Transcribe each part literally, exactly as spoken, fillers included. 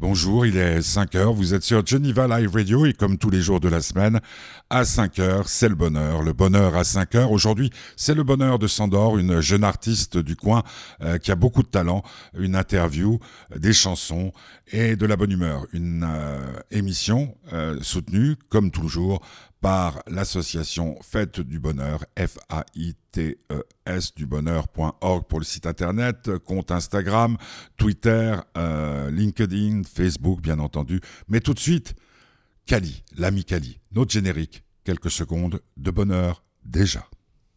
Bonjour, il est cinq heures, vous êtes sur Geneva Live Radio et comme tous les jours de la semaine, à cinq heures, c'est le bonheur. Le bonheur à cinq heures. Aujourd'hui, c'est le bonheur de Sandor, une jeune artiste du coin euh, qui a beaucoup de talent, une interview, des chansons et de la bonne humeur. Une euh, émission euh, soutenue, comme toujours, par l'association Fête du Bonheur, F A I T E S du bonheur point org pour le site internet, compte Instagram, Twitter, euh, LinkedIn, Facebook bien entendu. Mais tout de suite, Kali, l'ami Kali, notre générique, quelques secondes de bonheur déjà.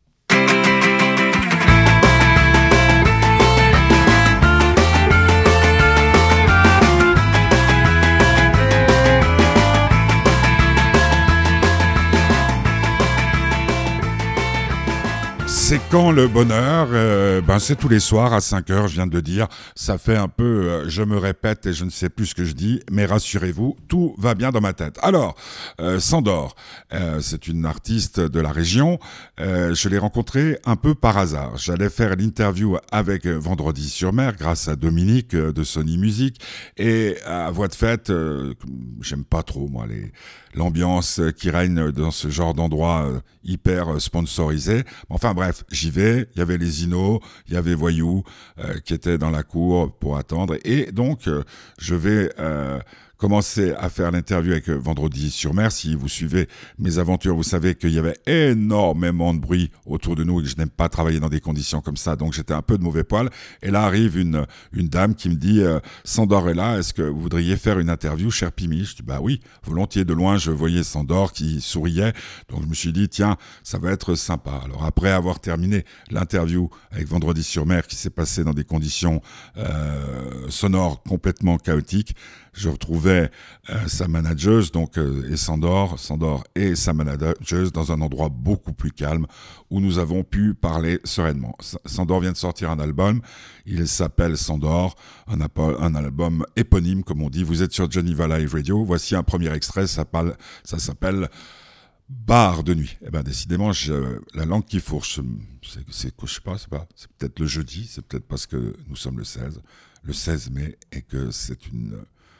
C'est quand le bonheur euh, ben c'est tous les soirs à cinq heures, je viens de le dire. Ça fait un peu, euh, je me répète et je ne sais plus ce que je dis, mais rassurez-vous, tout va bien dans ma tête. Alors, euh, Sandor, euh, c'est une artiste de la région. Euh, je l'ai rencontrée un peu par hasard. J'allais faire l'interview avec Vendredi sur Mer grâce à Dominique euh, de Sony Music. Et à voix de fête, euh, j'aime pas trop, moi, les... l'ambiance qui règne dans ce genre d'endroit euh, hyper sponsorisé. Enfin bref, j'y vais, il y avait les Inos, il y avait Voyou euh, qui étaient dans la cour pour attendre. Et donc, euh, je vais... Euh, commencer à faire l'interview avec Vendredi sur Mer. Si vous suivez mes aventures, vous savez qu'il y avait énormément de bruit autour de nous et que je n'aime pas travailler dans des conditions comme ça, donc j'étais un peu de mauvais poil. Et là arrive une, une dame qui me dit euh, « Sandor est là, est-ce que vous voudriez faire une interview, cher Pimi ?» Je dis « Bah oui, volontiers. » De loin, je voyais Sandor qui souriait, donc je me suis dit « Tiens, ça va être sympa. » Alors après avoir terminé l'interview avec Vendredi sur Mer qui s'est passée dans des conditions euh, sonores complètement chaotiques, je retrouvais euh, sa manageuse, donc euh, et Sandor, Sandor et sa manageuse dans un endroit beaucoup plus calme où nous avons pu parler sereinement. Sandor vient de sortir un album, il s'appelle Sandor, un, un album éponyme comme on dit. Vous êtes sur Geneva Live Radio. Voici un premier extrait, ça, parle, ça s'appelle Bar de nuit. Eh ben décidément, je, la langue qui fourche, c'est, c'est je sais pas, c'est pas, c'est peut-être le jeudi, c'est peut-être parce que nous sommes le seize, le seize mai et que c'est une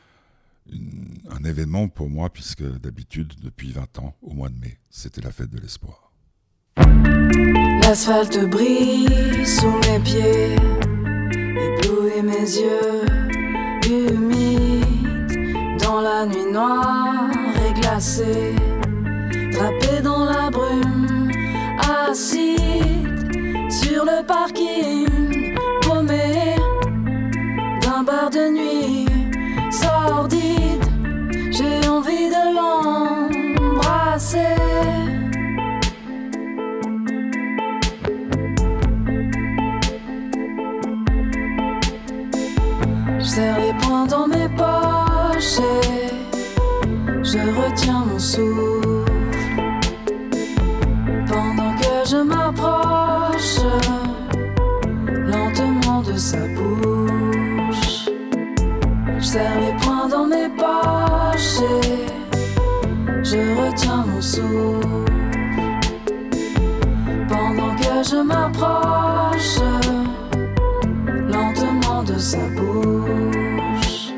Une, un événement pour moi puisque d'habitude depuis vingt ans au mois de mai c'était la fête de l'espoir. L'asphalte brille sous mes pieds, éblouit mes yeux humides dans la nuit noire et glacée, drapé dans la brume acide sur le parking paumé d'un bar de nuit sordide, j'ai envie de l'embrasser. Je serre les poings dans mes poches et je retiens mon souffle pendant que je m'approche lentement de sa bouche. Je serre les poings dans mes poches et je retiens mon souffle pendant que je m'approche lentement de sa bouche.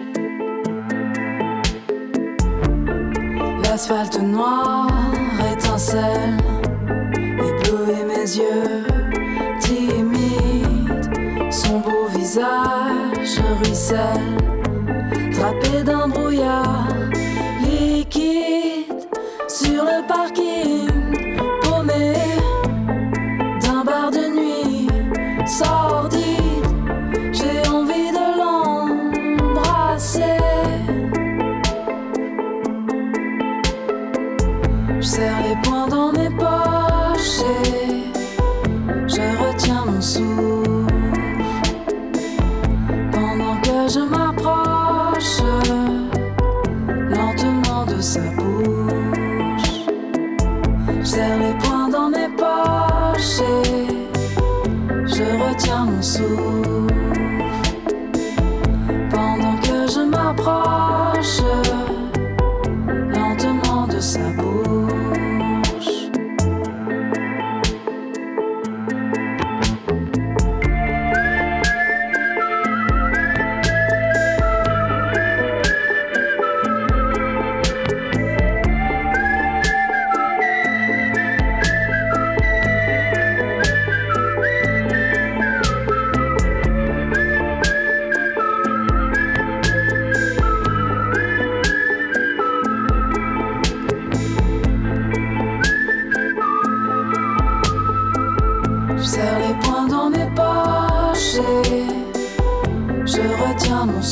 L'asphalte noir étincelle, éblouit mes yeux timides, son beau visage ruisselle, drapé d'un brouillard liquide sur le parking paumé d'un bar de nuit sordide, j'ai envie de l'embrasser. Je serre les poings dans mes poches et je retiens mon souffle pendant que je m'approche lentement de sa bouche. Je serre les poings dans mes poches et je retiens mon souffle pendant que je m'approche lentement de sa bouche.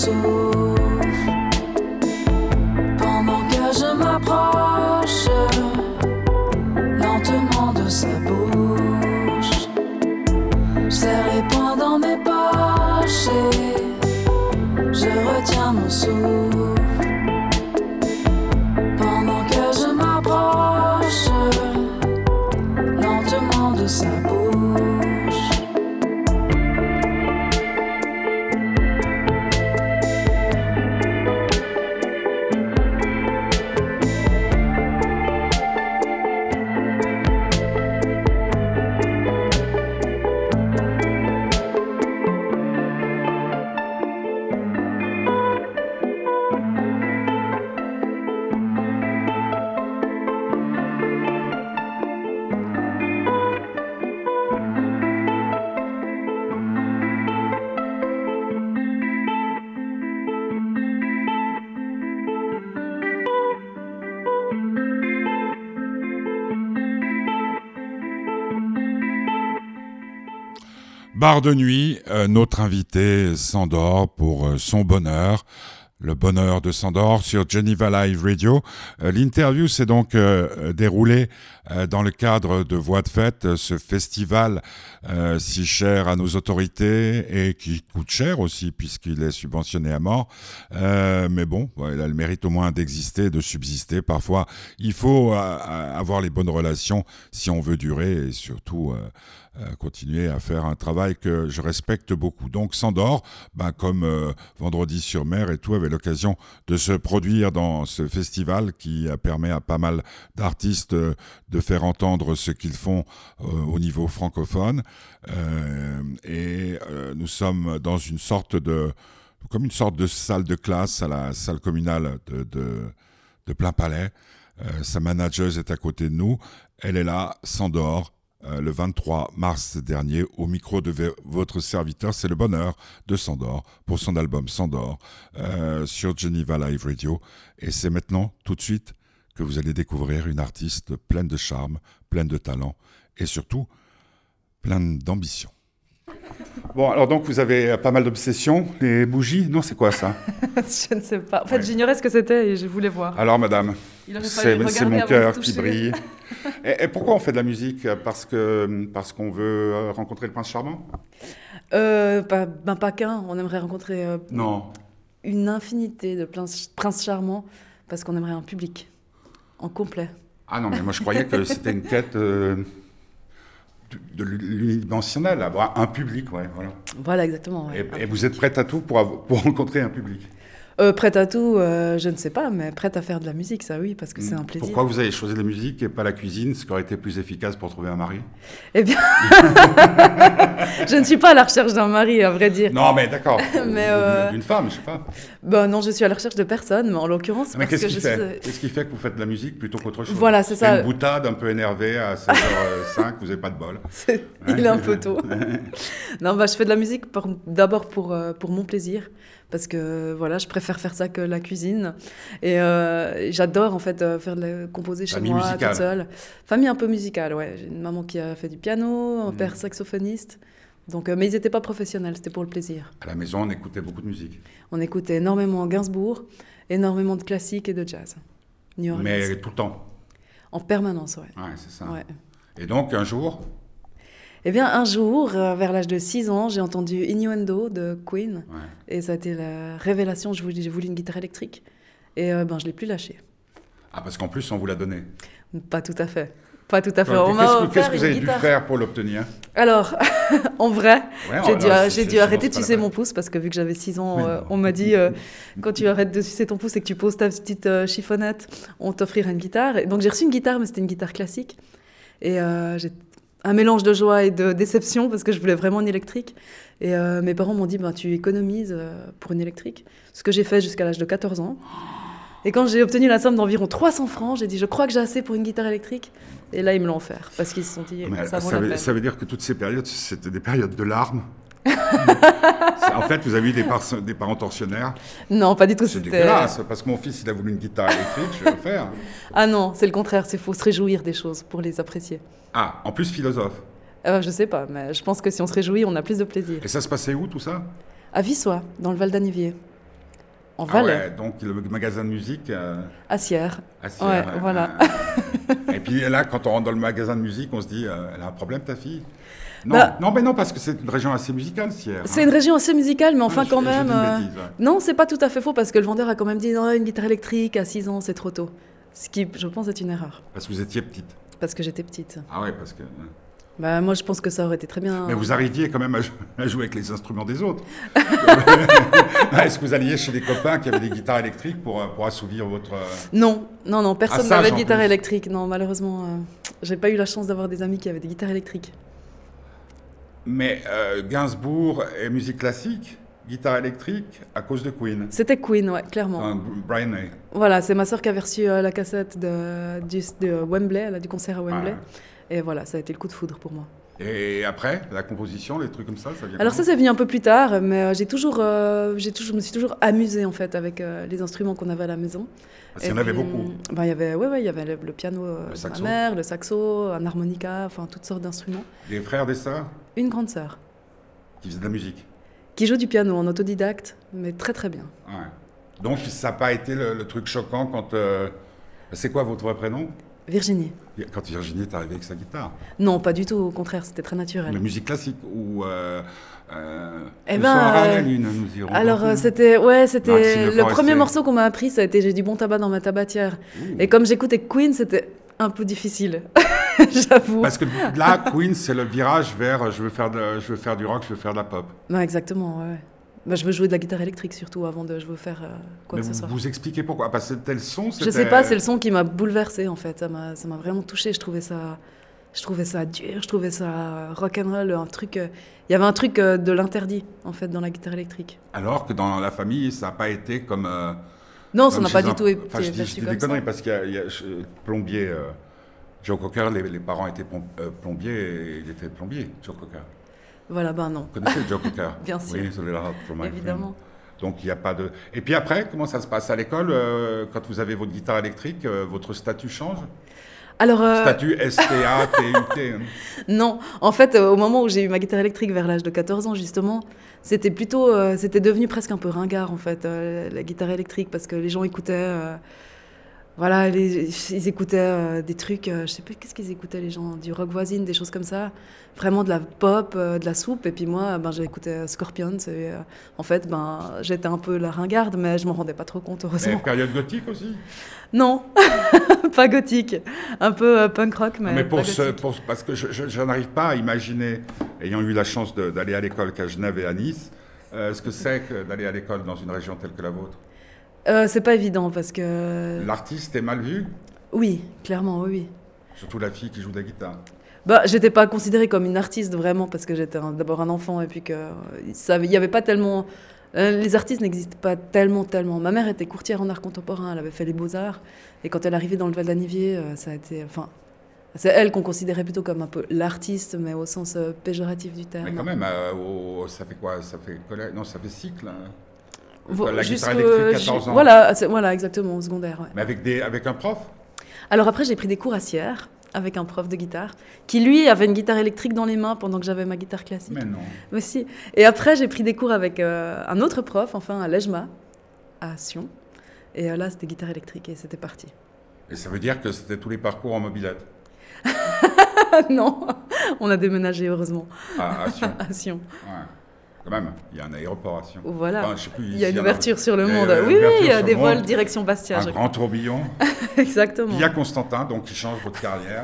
souffle. Pendant que je m'approche lentement de sa bouche, je serre les poings dans mes poches et je retiens mon souffle. Pendant que je m'approche lentement de sa bouche. Bar de nuit, euh, notre invité s'endort pour euh, son bonheur. Le bonheur de Sandor sur Geneva Live Radio. Euh, l'interview s'est donc euh, déroulée euh, dans le cadre de Voix de Fête, ce festival euh, si cher à nos autorités et qui coûte cher aussi puisqu'il est subventionné à mort. Euh, mais bon, ouais, il a le mérite au moins d'exister, de subsister. Parfois, il faut euh, avoir les bonnes relations si on veut durer et surtout euh, euh, continuer à faire un travail que je respecte beaucoup. Donc Sandor, ben, comme euh, Vendredi sur Mer et tout, avait l'occasion de se produire dans ce festival qui permet à pas mal d'artistes de faire entendre ce qu'ils font euh, au niveau francophone. Euh, et euh, nous sommes dans une sorte de, comme une sorte de salle de classe à la salle communale de, de, de Plainpalais. Euh, sa manageuse est à côté de nous. Elle est là, Sandor. Euh, le vingt-trois mars dernier, au micro de v- votre serviteur, c'est le bonheur de Sandor pour son album Sandor euh, sur Geneva Live Radio. Et c'est maintenant, tout de suite, que vous allez découvrir une artiste pleine de charme, pleine de talent et surtout pleine d'ambition. Bon, alors donc vous avez pas mal d'obsessions. Les bougies, non, c'est quoi ça? Je ne sais pas. En fait, Ouais. j'ignorais ce que c'était et je voulais voir. Alors madame, Il aurait fallu c'est, regarder c'est mon avant de cœur qui toucher. brille. Et, et pourquoi on fait de la musique? Parce que parce qu'on veut euh, rencontrer le prince charmant? Euh, pas, ben pas qu'un. On aimerait rencontrer euh, Non. une infinité de princes princes charmants parce qu'on aimerait un public en complet. Ah non, mais moi je croyais que c'était une quête euh, de, de l'unidimensionnel, avoir un public, ouais, voilà. Voilà, exactement. Ouais. Et, et vous êtes prête à tout pour, avoir- pour rencontrer un public? Euh, prête à tout, euh, je ne sais pas, mais prête à faire de la musique, ça oui, parce que c'est un plaisir. Pourquoi vous avez choisi la musique et pas la cuisine, ce qui aurait été plus efficace pour trouver un mari? Eh bien, je ne suis pas à la recherche d'un mari, à vrai dire. Non, mais d'accord. Mais, Ou euh, d'une femme, je sais pas. Ben non, je suis à la recherche de personne, mais en l'occurrence, Mais parce qu'est-ce que qui je fait suis... Qu'est-ce qui fait que vous faites de la musique plutôt qu'autre chose? Voilà, c'est ça. Une boutade un peu énervée à seize heures cinq, vous n'avez pas de bol. C'est- Il est un peu tôt. Non, bah, je fais de la musique pour- d'abord pour, euh, pour mon plaisir, parce que voilà, je préfère faire ça que la cuisine. Et euh, j'adore en fait euh, faire de la, composer chez Famille moi, musicale. toute seule. Famille un peu musicale, ouais. J'ai une maman qui a fait du piano, un Mm. père saxophoniste. Donc, euh, mais ils n'étaient pas professionnels, c'était pour le plaisir. À la maison, on écoutait beaucoup de musique. On écoutait énormément Gainsbourg, énormément de classique et de jazz. New Orleans. Mais tout le temps. En permanence, ouais. Ouais, c'est ça. ouais. Et donc, un jour, Eh bien, un jour, euh, vers l'âge de six ans, j'ai entendu Innuendo de Queen. ouais. Et ça a été la révélation. Je voulais, j'ai voulu une guitare électrique. Et euh, ben, je ne l'ai plus lâchée. Ah, parce qu'en plus, on vous l'a donné. Pas tout à fait. Pas tout à fait. Donc, On m'a qu'est-ce, que, offert qu'est-ce que vous une avez dû guitare. faire pour l'obtenir? Alors, en vrai, Ouais, j'ai oh, dû, là, j'ai c'est- dû c'est- arrêter c'est de pas la sucer peine. mon pouce parce que vu que j'avais six ans, Mais euh, non. on m'a dit euh, quand tu arrêtes de sucer ton pouce et que tu poses ta petite euh, chiffonnette, on t'offrira une guitare. Et donc j'ai reçu une guitare, mais c'était une guitare classique. Et euh, j'ai un mélange de joie et de déception parce que je voulais vraiment une électrique. Et euh, mes parents m'ont dit ben, tu économises euh, pour une électrique. Ce que j'ai fait jusqu'à l'âge de quatorze ans. Et quand j'ai obtenu la somme d'environ trois cents francs, j'ai dit je crois que j'ai assez pour une guitare électrique. Et là, ils me l'ont offert parce qu'ils se sont dit Mais ça vaut ça, la veut, peine. ça veut dire que toutes ces périodes, c'était des périodes de larmes. C'est- en fait, vous avez eu des, par- des parents tortionnaires. Non, pas du tout. C'est c'était- dégueulasse, parce que mon fils, il a voulu une guitare électrique, je vais le faire. Ah non, c'est le contraire. Il faut se réjouir des choses pour les apprécier. Ah, en plus philosophe. Euh, je sais pas, mais je pense que si on se réjouit, on a plus de plaisir. Et ça se passait où, tout ça? À Vissois, dans le Val d'Anniviers. en Ah Valais, ouais, donc le magasin de musique euh, à Sierre. à Sierre, Ouais, euh, voilà. euh, et puis là, quand on rentre dans le magasin de musique, on se dit, euh, elle a un problème, ta fille? Non, Bah, non, mais non, parce que c'est une région assez musicale, Sierre. C'est hein. une région assez musicale, mais enfin Ouais, quand j'ai- j'ai même... dit une euh, bêtise, ouais. Non, c'est pas tout à fait faux, parce que le vendeur a quand même dit non, une guitare électrique à six ans, c'est trop tôt. Ce qui, je pense, est une erreur, Parce que vous étiez petite. parce que j'étais petite. Ah ouais, parce que. Bah, moi, je pense que ça aurait été très bien. Mais vous arriviez quand même à, jou- à jouer avec les instruments des autres. Est-ce que vous alliez chez des copains qui avaient des guitares électriques pour, euh, pour assouvir votre. euh, Non, non, non, Ah, personne sage, n'avait de en guitare plus. électrique. Non, malheureusement, euh, j'ai pas eu la chance d'avoir des amis qui avaient des guitares électriques. Mais euh, Gainsbourg et musique classique, guitare électrique, à cause de Queen. C'était Queen, ouais, clairement. Enfin, Brian May. Voilà, c'est ma sœur qui avait reçu euh, la cassette de, du, de Wembley, elle a du concert à Wembley. Ouais. Et voilà, ça a été le coup de foudre pour moi. Et après, la composition, les trucs comme ça, ça vient Alors ça, comment c'est venu un peu plus tard, mais euh, j'ai toujours, euh, j'ai toujours, je me suis toujours amusée en fait avec euh, les instruments qu'on avait à la maison. Parce qu'il y en avait puis, beaucoup. Ben, il y avait, ouais, ouais, il y avait le, le piano euh, Le de saxo. ma mère, le saxo, un harmonica, enfin toutes sortes d'instruments. Des frères, des sœurs Une grande sœur qui faisaient de la musique. qui joue du piano en autodidacte, mais très très bien. Ouais. Donc ça n'a pas été le, le truc choquant quand... euh, C'est quoi votre vrai prénom? Virginie. Quand Virginie est arrivée avec sa guitare. Non, pas du tout, au contraire, c'était très naturel. Mais musique classique ou... Euh, euh, Eh ce ben, soir à euh, la lune, nous irons Alors euh, danser. c'était, ouais, Maxime c'était Le le Forestier. premier morceau qu'on m'a appris, ça a été J'ai du bon tabac dans ma tabatière. Ouh. Et comme j'écoutais Queen, c'était un peu difficile, j'avoue. Parce que là, Queen, c'est le virage vers je veux faire de, je veux faire du rock, je veux faire de la pop. Ouais, exactement, ouais. ouais. Bah, je veux jouer de la guitare électrique surtout avant de je veux faire euh, quoi Mais que vous, ce soit. vous expliquez pourquoi? Parce que c'était le son. Je sais pas, c'est le son qui m'a bouleversée en fait. Ça m'a, ça m'a vraiment touchée. Je trouvais ça, je trouvais ça dur. Je trouvais ça rock'n'roll, un truc. euh, Il y avait un truc euh, de l'interdit en fait dans la guitare électrique. Alors que dans la famille, ça n'a pas été comme. euh, Non, ça comme n'a pas chez du un- tout été Enfin, je dis, je perçu dis des comme ça. conneries parce qu'il y a, il y a je- plombier. euh, Joe Cocker, les, les parents étaient plom- euh, plombiers et il était plombier, Joe Cocker. Voilà, ben non. Vous connaissez Joe Cocker? Bien sûr. Oui, celui-là, from my Évidemment. friend. Donc il n'y a pas de. Et puis après, comment ça se passe à l'école euh, quand vous avez votre guitare électrique, euh, votre statut change? Alors, euh, Statut S T A T U T. hein. non, en fait, euh, au moment où j'ai eu ma guitare électrique vers l'âge de quatorze ans, justement, c'était plutôt, euh, c'était devenu presque un peu ringard, en fait, euh, la guitare électrique, parce que les gens écoutaient, euh, voilà, les- ils écoutaient euh, des trucs, euh, je sais plus qu'est-ce qu'ils écoutaient, les gens, du rock voisine, des choses comme ça, vraiment de la pop, euh, de la soupe, et puis moi, ben, j'écoutais Scorpions, et euh, en fait, ben, j'étais un peu la ringarde, mais je m'en rendais pas trop compte, Mais heureusement. période gothique aussi. Non, pas gothique, un peu euh, punk rock, mais, Mais pas pour ce, gothique. pour, parce que je, je, je n'arrive pas à imaginer, ayant eu la chance de- d'aller à l'école qu'à Genève et à Nice, euh, ce que c'est que d'aller à l'école dans une région telle que la vôtre. Euh, c'est pas évident, parce que... L'artiste est mal vu, Oui, clairement, oui, oui. surtout la fille qui joue de la guitare. Bah, j'étais pas considérée comme une artiste vraiment parce que j'étais un- d'abord un enfant et puis que euh, ça- il y avait pas tellement. euh, les artistes n'existent pas tellement, tellement. Ma mère était courtière en art contemporain, elle avait fait les beaux-arts et quand elle arrivait dans le Val-d'Anivier, euh, ça a été. Enfin, c'est elle qu'on considérait plutôt comme un peu l'artiste, mais au sens euh, péjoratif du terme. Mais quand même, euh, au- ça fait quoi? Ça fait collège? Non, ça fait cycle. hein. Vo- La jusque- guitare électrique, quatorze ans. Voilà, c'est- voilà, exactement, au secondaire. Ouais. Mais avec, des, avec un prof? Alors après, j'ai pris des cours à Sierre avec un prof de guitare qui, lui, avait une guitare électrique dans les mains pendant que j'avais ma guitare classique. Mais non. Aussi. Et après, j'ai pris des cours avec euh, un autre prof, enfin à l'EJMA, à Sion. Et euh, là, c'était guitare électrique et c'était parti. Et ça veut dire que c'était tous les parcours en mobilette Ah non, on a déménagé heureusement à, à Sion. à Sion. Ouais. Quand même, il y a un aéroport à Sion. Voilà. Enfin, je sais plus, Il y a ici, une en ouverture sur le il y a monde. une Oui, oui, ouverture il y a sur des le vols monde. direction Bastia. Un je- grand tourbillon. Exactement. Il y a Constantin, donc qui change votre carrière.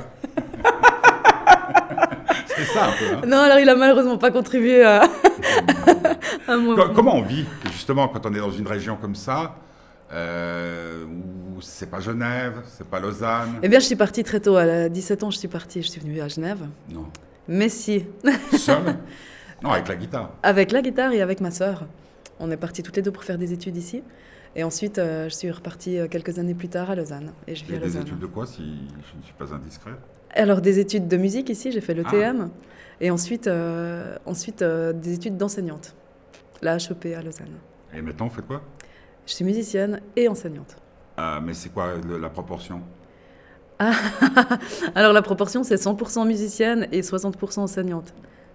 C'est ça un peu. Hein. Non, alors il a malheureusement pas contribué à, à mon... Co- Comment on vit, justement, quand on est dans une région comme ça, euh, où c'est pas Genève, c'est pas Lausanne? Eh bien, je suis partie très tôt. À dix-sept ans, je suis partie. Je suis venue à Genève. Non. Mais si, Seul? Non, avec la guitare. avec la guitare et avec ma sœur. On est partis toutes les deux pour faire des études ici. Et ensuite, euh, je suis repartie euh, quelques années plus tard à Lausanne. Et je vis Et à des Lausanne. études de quoi, si je ne suis pas indiscret? Alors, des études de musique ici, j'ai fait le Ah. T M. Et ensuite, euh, ensuite euh, des études d'enseignante. La H E P à Lausanne. Et maintenant, vous faites quoi? Je suis musicienne et enseignante. Euh, Mais c'est quoi le- la proportion? Alors, la proportion, c'est cent pour cent musicienne et soixante pour cent enseignante.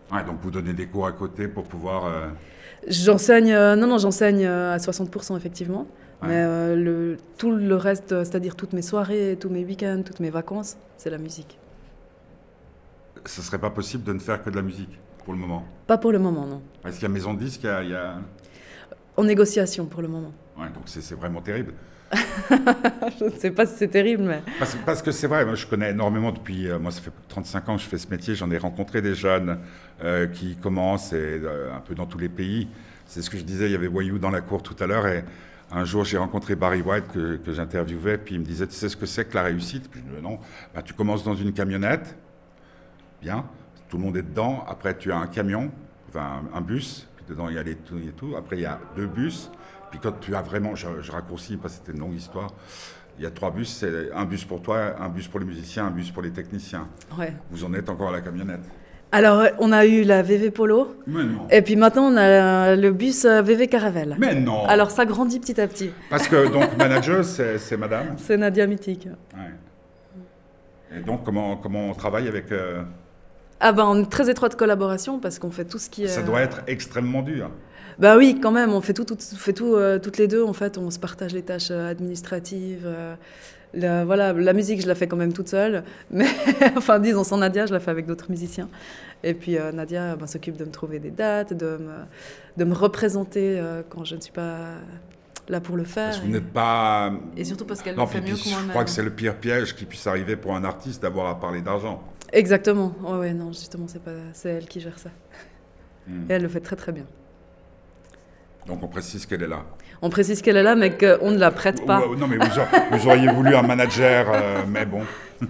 Ouais, donc vous donnez des cours à côté pour pouvoir... Euh... J'enseigne, euh, non, non, j'enseigne euh, à soixante pour cent effectivement, Ouais. mais euh, le, tout le reste, euh, c'est-à-dire toutes mes soirées, tous mes week-ends, toutes mes vacances, c'est la musique. Ce serait pas possible de ne faire que de la musique pour le moment. Pas pour le moment, non. Est-ce qu'il y a maison de disques, il y a... il y a... En négociation pour le moment. Ouais, donc c'est, c'est vraiment terrible. Je ne sais pas si c'est terrible, mais... Parce, parce que c'est vrai, moi je connais énormément depuis, euh, moi ça fait trente-cinq ans que je fais ce métier, j'en ai rencontré des jeunes euh, qui commencent et, euh, un peu dans tous les pays. C'est ce que je disais, il y avait Wayou dans la cour tout à l'heure et un jour j'ai rencontré Barry White que, que j'interviewais, puis il me disait, tu sais ce que c'est que la réussite? Puis je dis, non, ben, tu commences dans une camionnette, bien, tout le monde est dedans, après tu as un camion, enfin un, un bus, puis dedans il y a les tout et tout, après il y a deux bus. Puis quand tu as vraiment, je, je raccourcis parce que c'était une longue histoire, il y a trois bus, c'est un bus pour toi, un bus pour les musiciens, un bus pour les techniciens. Ouais. Vous en êtes encore à la camionnette. Alors, on a eu la V V Polo, Mais non. et puis maintenant on a le bus euh, V V Caravelle. Mais non. Alors ça grandit petit à petit. Parce que donc manager, c'est, c'est madame. C'est Nadia Mythique. Ouais. Et donc comment, comment on travaille avec... Euh... Ah ben, en très étroite collaboration, parce qu'on fait tout ce qui est... Ça doit être extrêmement dur. Bah oui, quand même, on fait tout, tout, on fait tout euh, toutes les deux, en fait, on se partage les tâches euh, administratives. Euh, la, voilà, la musique, je la fais quand même toute seule, mais enfin, disons, sans Nadia, je la fais avec d'autres musiciens. Et puis euh, Nadia ben, s'occupe de me trouver des dates, de me, de me représenter euh, quand je ne suis pas là pour le faire. Parce que et, vous n'êtes pas... et surtout parce qu'elle non, le fait puis, mieux puis, que moi-même. Je crois que c'est le pire piège qui puisse arriver pour un artiste d'avoir à parler d'argent. Exactement, ouais, ouais, non, justement, c'est, pas, c'est elle qui gère ça. Hmm. Et elle le fait très très bien. Donc on précise qu'elle est là. On précise qu'elle est là, mais qu'on ne la prête pas. Ouais, non, mais vous, auriez, vous auriez voulu un manager, euh, mais bon.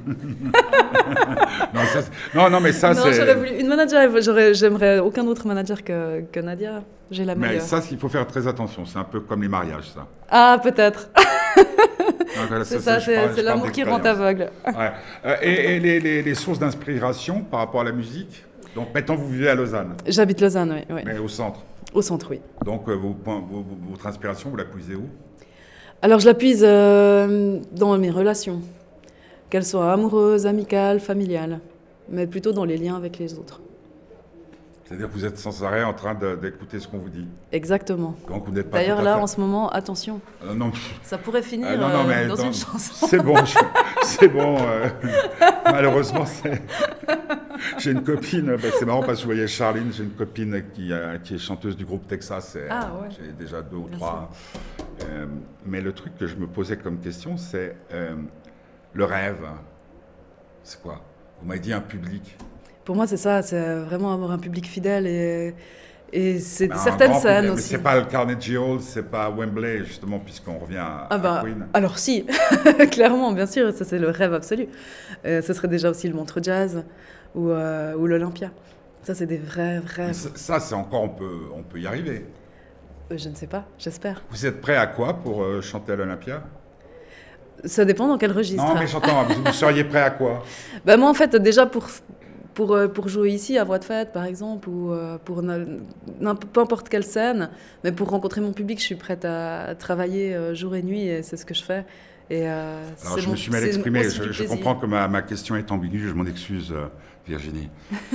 non, ça, non, non, mais ça, non, c'est... j'aurais voulu une manager, j'aurais, j'aimerais aucun autre manager que, que Nadia. J'ai la meilleure. Mais ça, il faut faire très attention. C'est un peu comme les mariages, ça. Ah, peut-être. Donc, c'est ça, c'est, parle, c'est l'amour qui rend aveugle. Ouais. Euh, et et les, les, les sources d'inspiration par rapport à la musique? Donc maintenant, vous vivez à Lausanne. J'habite Lausanne, oui. oui. Mais au centre. Au centre, oui. Donc euh, vos, vos, vos, votre inspiration, vous la puisez où? Alors je la puise euh, dans mes relations, qu'elles soient amoureuses, amicales, familiales, mais plutôt dans les liens avec les autres. C'est-à-dire que vous êtes sans arrêt en train de, d'écouter ce qu'on vous dit. Exactement. Donc vous n'êtes pas D'ailleurs tout à là, fait... en ce moment, attention, euh, non. ça pourrait finir euh, non, non, mais euh, dans dans... une chanson. C'est bon, je... c'est bon. Euh... Malheureusement, c'est... j'ai une copine, ben, c'est marrant parce que je voyais Charline, j'ai une copine qui, euh, qui est chanteuse du groupe Texas. Et, ah ouais. J'ai déjà deux ou Bien trois. Euh, mais le truc que je me posais comme question, c'est euh, le rêve. C'est quoi? Vous m'avez dit un public. Pour moi, c'est ça, c'est vraiment avoir un public fidèle et, et c'est ben, certaines scènes public, aussi. Mais c'est pas le Carnegie Hall, c'est pas Wembley, justement, puisqu'on revient à, ah bah, à Queen. Alors si, clairement, bien sûr, ça c'est le rêve absolu. Euh, ce serait déjà aussi le Montreux Jazz ou, euh, ou l'Olympia. Ça, c'est des vrais rêves. Ça, ça, c'est encore, on peut, on peut y arriver. Euh, je ne sais pas, j'espère. Vous êtes prêt à quoi pour euh, chanter à l'Olympia? Ça dépend dans quel registre. Non, mais j'entends, vous, vous seriez prêt à quoi? Bah moi, en fait, déjà pour... Pour, pour jouer ici, à Voix de Fête, par exemple, ou pour peu importe quelle scène, mais pour rencontrer mon public, je suis prête à travailler jour et nuit, et c'est ce que je fais. Et euh, Alors, c'est je mon, me suis mal exprimé, je, je comprends que ma, ma question est ambiguë, je m'en excuse, euh, Virginie.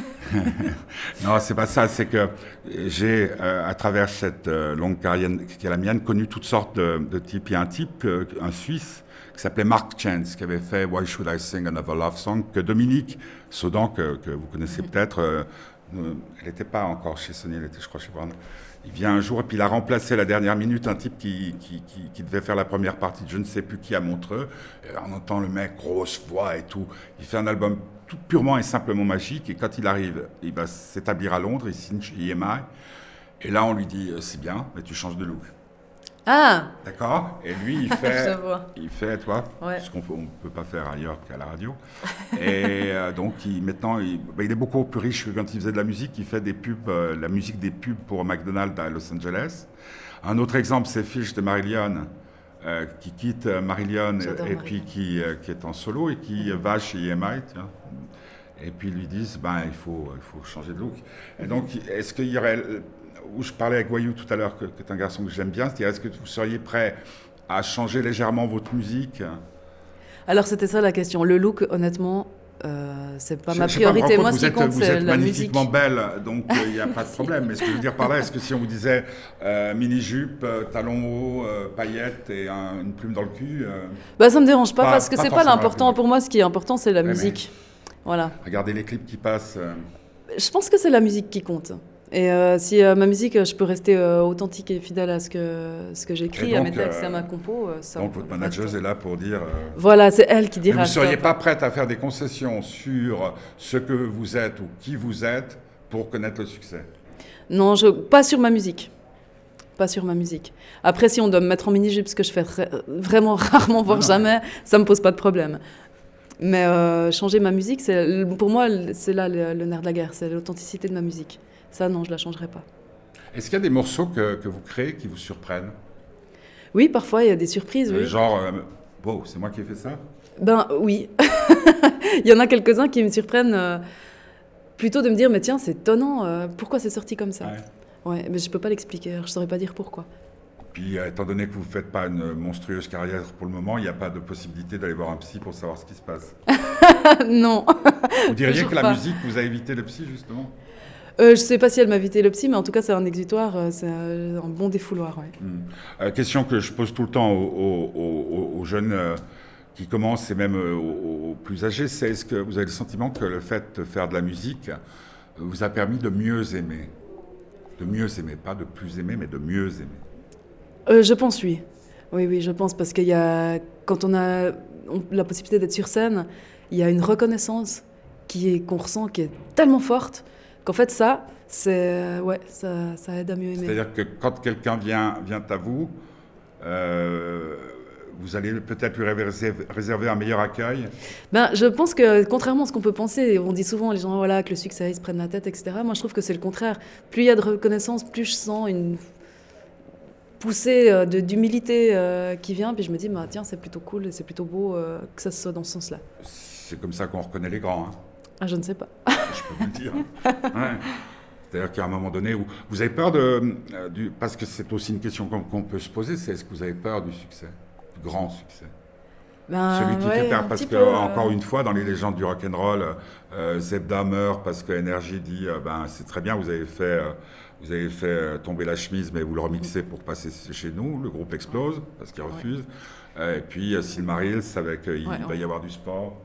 Non, c'est pas ça, c'est que j'ai, euh, à travers cette euh, longue carrière qui est la mienne, connu toutes sortes de, de types. Il y a un type, euh, un Suisse, qui s'appelait Mark Chance, qui avait fait Why Should I Sing Another Love Song, que Dominique Saudan, que, que vous connaissez peut-être, euh, euh, elle n'était pas encore chez Sony, elle était, je crois, chez Brown. Il vient un jour et puis il a remplacé à la dernière minute un type qui, qui, qui, qui devait faire la première partie de je ne sais plus qui à Montreux. Et on entend le mec, grosse voix et tout. Il fait un album tout purement et simplement magique. Et quand il arrive, il va s'établir à Londres, il signe chez E M I. Et là, on lui dit, c'est bien, mais tu changes de look. Ah! D'accord? Et lui, il fait, Je vois. il fait, toi, ouais. ce qu'on ne peut pas faire ailleurs qu'à la radio. Et euh, donc, il, maintenant, il, bah, il est beaucoup plus riche que quand il faisait de la musique. Il fait des pubs, euh, la musique des pubs pour McDonald's à Los Angeles. Un autre exemple, c'est Fish de Marillion, euh, qui quitte euh, Marillion et, et puis qui, euh, qui est en solo et qui mm-hmm. va chez E M I. Tiens. Et puis, ils lui disent, ben, il faut, il faut changer de look. Et donc, est-ce qu'il y aurait... où je parlais avec Wayou tout à l'heure, que, que tu es un garçon que j'aime bien, c'est-à-dire est-ce que vous seriez prêt à changer légèrement votre musique? Alors c'était ça la question. Le look, honnêtement, Euh, c'est pas Je- ma je sais pas, priorité. par Moi, contre, ce qui vous êtes, compte, vous c'est êtes la musique. magnifiquement belle, donc il n'y a pas de problème. Mais ce que je veux dire par là, est-ce que si on vous disait euh, mini-jupe, euh, talons hauts, euh, paillettes et un- une plume dans le cul, euh, Bah, ça me dérange pas, Pas- parce que pas c'est pas forcément la l'important. plume. Pour moi, ce qui est important, c'est la Ouais, musique. Voilà. regardez les clips qui passent. euh, Je pense que c'est la musique qui compte. Et euh, si euh, ma musique, euh, je peux rester euh, authentique et fidèle à ce que, ce que j'écris, Et à donc, mes textes et euh, à ma compo, euh, ça. donc votre manageuse est là pour dire. euh, Voilà, c'est elle qui mais dira. vous ne seriez stop. pas prête à faire des concessions sur ce que vous êtes ou qui vous êtes pour connaître le succès. Non, je... pas sur ma musique. Pas sur ma musique. Après, si on doit me mettre en mini-jupe, ce que je fais ra- vraiment rarement, voire Non, non. jamais, ça me pose pas de problème. Mais euh, changer ma musique, c'est, pour moi, c'est là le, le nerf de la guerre, c'est l'authenticité de ma musique. Ça, non, je la changerai pas. Est-ce qu'il y a des morceaux que, que vous créez qui vous surprennent? Oui, parfois, il y a des surprises, Euh, oui. Genre, euh, wow, c'est moi qui ai fait ça? Ben oui. Il y en a quelques-uns qui me surprennent euh, plutôt de me dire, mais tiens, c'est étonnant, euh, pourquoi c'est sorti comme ça? Ouais. Ouais, mais je peux pas l'expliquer, je saurais pas dire pourquoi. Puis, euh, étant donné que vous ne faites pas une monstrueuse carrière pour le moment, il n'y a pas de possibilité d'aller voir un psy pour savoir ce qui se passe. Non. Vous diriez Toujours que la pas. musique vous a évité le psy, justement? Euh, je sais pas si elle m'a évité le psy, mais en tout cas, c'est un exutoire, euh, c'est un un bon défouloir. Ouais. Hmm. Euh, question que je pose tout le temps aux, aux- aux- aux jeunes euh, qui commencent et même euh, aux, aux plus âgés, c'est est-ce que vous avez le sentiment que le fait de faire de la musique euh, vous a permis de mieux aimer? De mieux aimer, pas de plus aimer, mais de mieux aimer. Euh, je pense, oui. Oui, oui, je pense, parce qu'il y a, quand on a on- la possibilité d'être sur scène, il y a une reconnaissance qui est, qu'on ressent qui est tellement forte qu'en fait, ça, c'est, ouais, ça, ça aide à mieux aimer. C'est-à-dire que quand quelqu'un vient, vient à vous, euh, vous allez peut-être lui réserver, réserver un meilleur accueil. Ben, je pense que, contrairement à ce qu'on peut penser, on dit souvent, les gens, voilà, que le succès, ils se prennent la tête, et cetera. Moi, je trouve que c'est le contraire. Plus il y a de reconnaissance, plus je sens une poussée euh, de, d'humilité euh, qui vient, puis je me dis, bah, tiens, c'est plutôt cool, et c'est plutôt beau euh, que ça soit dans ce sens-là. C'est comme ça qu'on reconnaît les grands, hein. Ah, je ne sais pas. Je peux vous le dire. Ouais. C'est-à-dire qu'à un moment donné, où vous avez peur de... euh, du, parce que c'est aussi une question qu'on, qu'on peut se poser, c'est est-ce que vous avez peur du succès? Du grand succès? Ben, Celui qui ouais, fait un peur, parce petit que, peu, euh, encore une fois, dans les légendes du rock'n'roll, euh, Zebda meurt parce que Energy dit euh, ben, c'est très bien, vous avez fait, euh, vous avez fait euh, tomber la chemise, mais vous le remixez pour passer chez nous. Le groupe explose parce qu'il refuse. Euh, et puis, euh, Silmarils, avec euh, il Ouais, va ouais. y avoir du sport.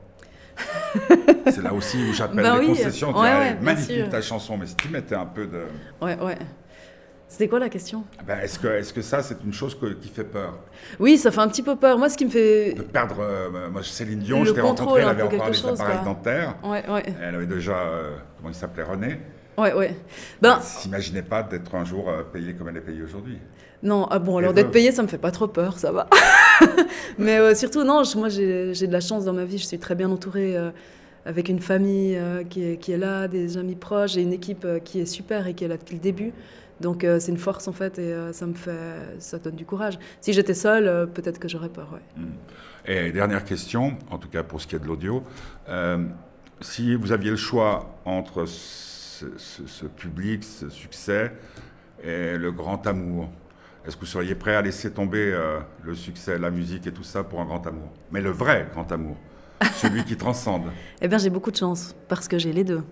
C'est là aussi où j'appelle Ben les oui, concessions. ouais, Ah, ouais, elle est bien magnifique sûr. ta chanson, mais si tu mettais un peu de. Ouais, ouais. C'était quoi la question? Ben, est-ce que, est-ce que ça, c'est une chose que- qui fait peur? Oui, ça fait un petit peu peur. Moi, ce qui me fait... De perdre. euh, moi, Céline Dion, Le je t'ai contrôle, rencontré, elle un avait peu encore quelque des chose, appareils quoi. dentaires. Ouais, ouais. Elle avait déjà. euh, comment il s'appelait? René. Ouais, ouais. Ben, Elle ne s'imaginait pas d'être un jour euh, payée comme elle est payée aujourd'hui. non, ah bon, alors Et d'être veuve. payée, ça me fait pas trop peur, ça va. Mais euh, surtout, non, je- moi, j'ai j'ai de la chance dans ma vie. Je suis très bien entourée, euh, avec une famille euh, qui, est, qui est là, des amis proches, et une équipe euh, qui est super et qui est là depuis le début. Donc, euh, c'est une force, en fait, et euh, ça me fait... Ça donne du courage. Si j'étais seule, euh, peut-être que j'aurais peur, ouais. Et dernière question, en tout cas pour ce qui est de l'audio. Euh, si vous aviez le choix entre ce, ce- ce public, ce succès, et le grand amour, est-ce que vous seriez prêt à laisser tomber euh, le succès, la musique et tout ça pour un grand amour? Mais le vrai grand amour, celui qui transcende. Eh bien, j'ai beaucoup de chance, parce que j'ai les deux.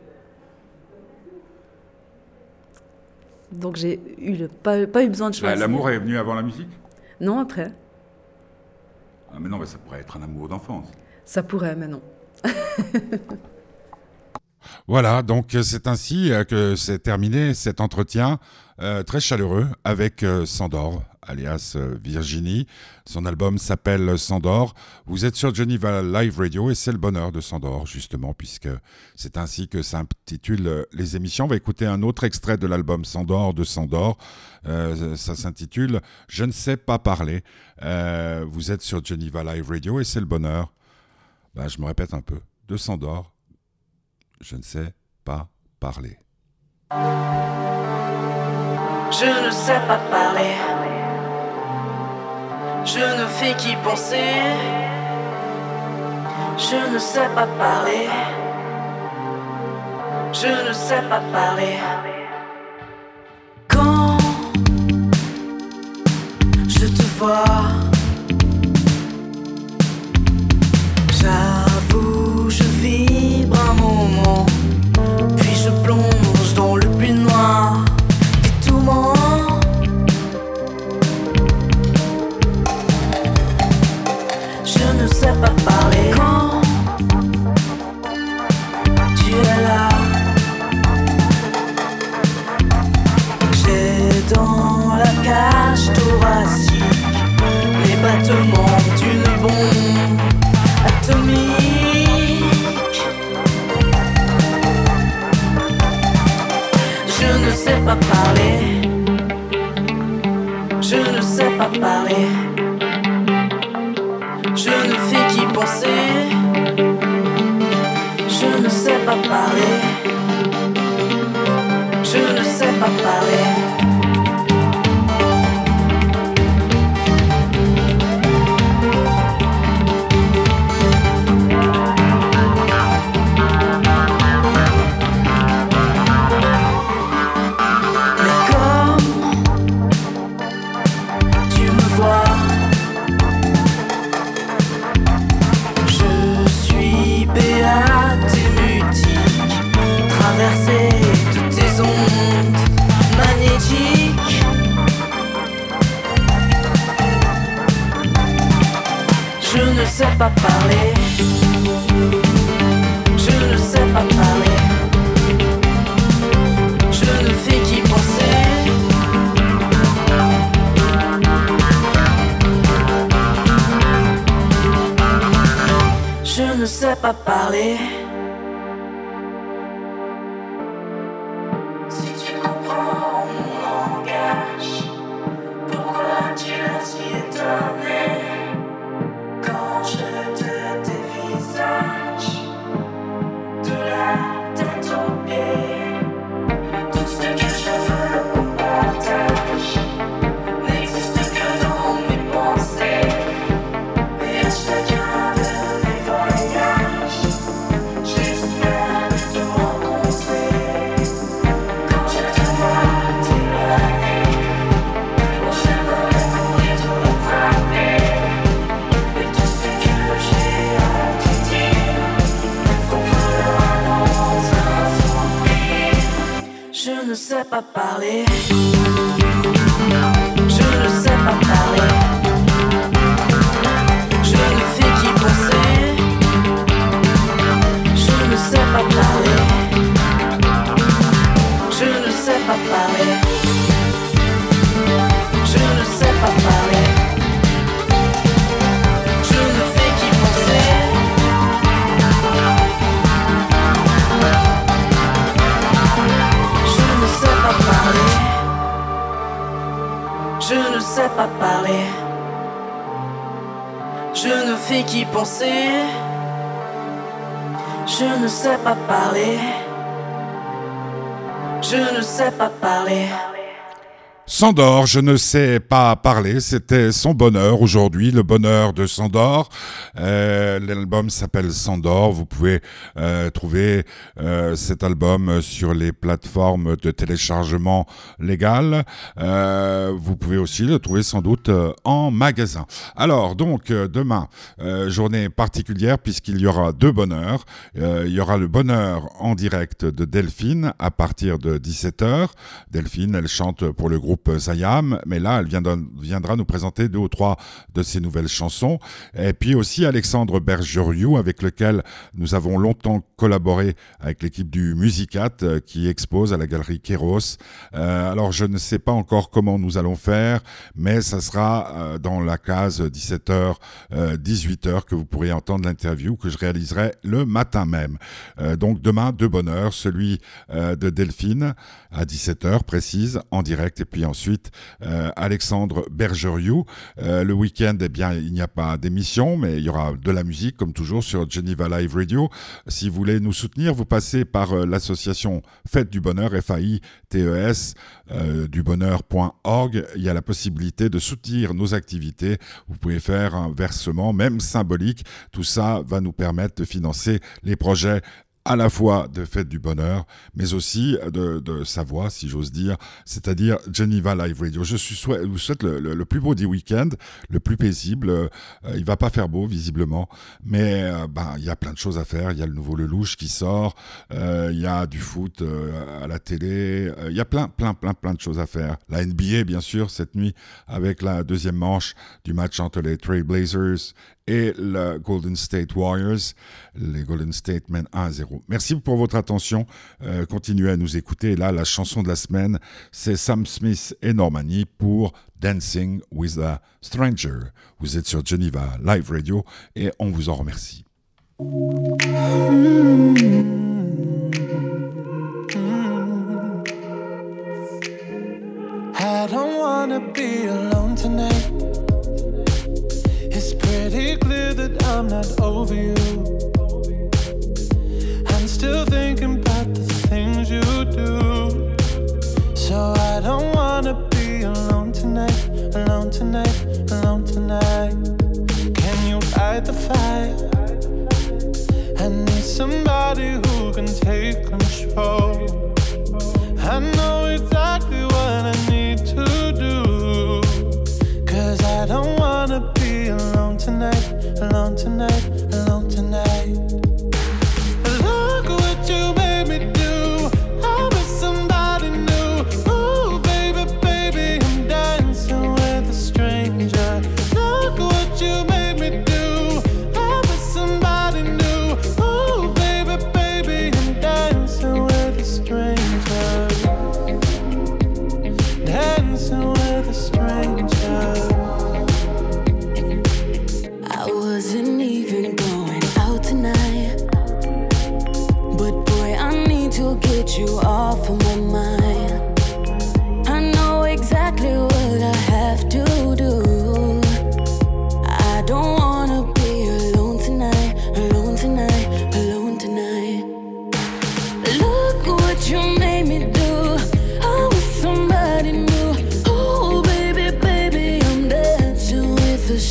Donc, j'ai eu le, pas, pas eu besoin de La- choisir. L'amour est venu avant la musique? Non, après. Ah, mais non, mais ça pourrait être un amour d'enfance. Ça pourrait, mais non. Voilà, donc euh, c'est ainsi euh, que s'est terminé cet entretien euh, très chaleureux avec euh, Sandor, alias euh, Virginie. Son album s'appelle Sandor. Vous êtes sur Geneva Live Radio et c'est le bonheur de Sandor, justement, puisque c'est ainsi que s'intitulent euh, les émissions. On va écouter un autre extrait de l'album Sandor de Sandor. Euh, ça s'intitule « Je ne sais pas parler euh, ». Vous êtes sur Geneva Live Radio et c'est le bonheur, ben, je me répète un peu, de Sandor. Je ne sais pas parler. Je ne sais pas parler. Je ne fais qu'y penser. Je ne sais pas parler. Je ne sais pas parler. Quand je te vois, j'avoue, je vis sais pas parler. Je ne sais pas parler. Je ne fais qu'y penser. Je ne sais pas parler. Si tu comprends mon langage, pourquoi tu es si étonné quand je te dévisage de la tête aux pieds? Tout ce que je veux qu'on partage n'existe que dans mes pensées. Et à chacun de mes voyages, j'espère te rencontrer. Quand je te vois t'éloigner, oh, j'aimerais mourir de l'attraper. Et tout ce que j'ai à te dire s'envolera dans un sourire. Je ne sais pas parler. Je ne sais pas parler. Je ne fais qu'y penser. Je ne sais pas parler. Je ne sais pas parler. Je ne sais pas parler. Je ne fais qu'y penser. Je ne sais pas parler. Je ne sais pas parler. Je ne fais qu'y penser. Je ne sais pas parler. Je ne sais pas parler. Sandor, je ne sais pas parler, c'était son bonheur aujourd'hui, le bonheur de Sandor. Euh, l'album s'appelle Sandor, vous pouvez euh, trouver euh, cet album sur les plateformes de téléchargement légal. Euh, vous pouvez aussi le trouver sans doute euh, en magasin. Alors donc euh, demain, euh, journée particulière puisqu'il y aura deux bonheurs. Euh, il y aura le bonheur en direct de Delphine à partir de dix-sept heures. Delphine, elle chante pour le groupe Zayam, mais là elle viendra, viendra nous présenter deux ou trois de ses nouvelles chansons, et puis aussi Alexandre Bergeriou avec lequel nous avons longtemps collaboré avec l'équipe du Musicat euh, qui expose à la galerie Kéros. Euh, alors je ne sais pas encore comment nous allons faire, mais ça sera euh, dans la case dix-sept heures dix-huit heures que vous pourrez entendre l'interview que je réaliserai le matin même. Euh, donc demain deux bonheurs, celui euh, de Delphine à dix-sept heures précise en direct, et puis ensuite euh, Alexandre Bergeriou. Euh, le week-end, eh bien, il n'y a pas d'émission, mais il y aura de la musique comme toujours sur Geneva Live Radio. Si vous voulez nous soutenir, vous passez par euh, l'association Fête du Bonheur, F A I T E S, euh, du bonheur point org. Il y a la possibilité de soutenir nos activités. Vous pouvez faire un versement, même symbolique. Tout ça va nous permettre de financer les projets à la fois de Fête du Bonheur, mais aussi de, de sa voix, si j'ose dire, c'est-à-dire Geneva Live Radio. Je suis souhait, vous souhaite le, le, le plus beau des week-ends, le plus paisible. Euh, il va pas faire beau, visiblement, mais euh, ben, il y a plein de choses à faire. Il y a le nouveau Lelouch qui sort, euh, il y a du foot euh, à la télé, euh, il y a plein, plein, plein, plein de choses à faire. La N B A, bien sûr, cette nuit, avec la deuxième manche du match entre les Trail Blazers et le Golden State Warriors, les Golden State mènent un à zéro. Merci pour votre attention, euh, continuez à nous écouter. Et là, la chanson de la semaine, c'est Sam Smith et Normani pour Dancing with a Stranger. Vous êtes sur Geneva Live Radio et on vous en remercie. I don't wanna be alone tonight. It's pretty clear that I'm not over you. I'm still thinking about the things you do. So I don't wanna be alone tonight, alone tonight, alone tonight. Can you fight the fire? I need somebody who can take control. I know exactly what I need to do. Cause I don't wanna be alone tonight, alone tonight, alone tonight. Look what you made me do. I'm with somebody new. Ooh, baby, baby, I'm dancing with a stranger. Look what you made me do.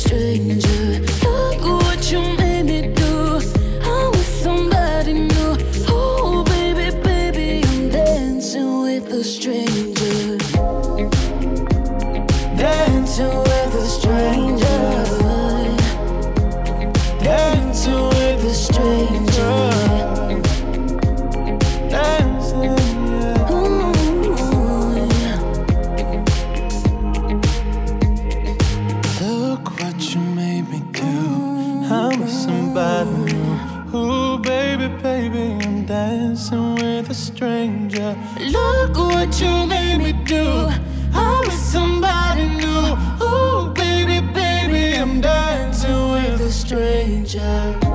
stranger. Look what you made me do. I'm with somebody new. Oh, baby, baby, I'm dancing with a stranger. Dancing with a stranger. Dancing with a stranger. Dancing, yeah. Ooh, yeah. Look what you made me do. I'm with somebody new. Ooh, baby, baby, I'm dancing with a stranger. Look what you made me do. I'm with somebody new. Ooh, baby, baby, I'm dancing with a stranger.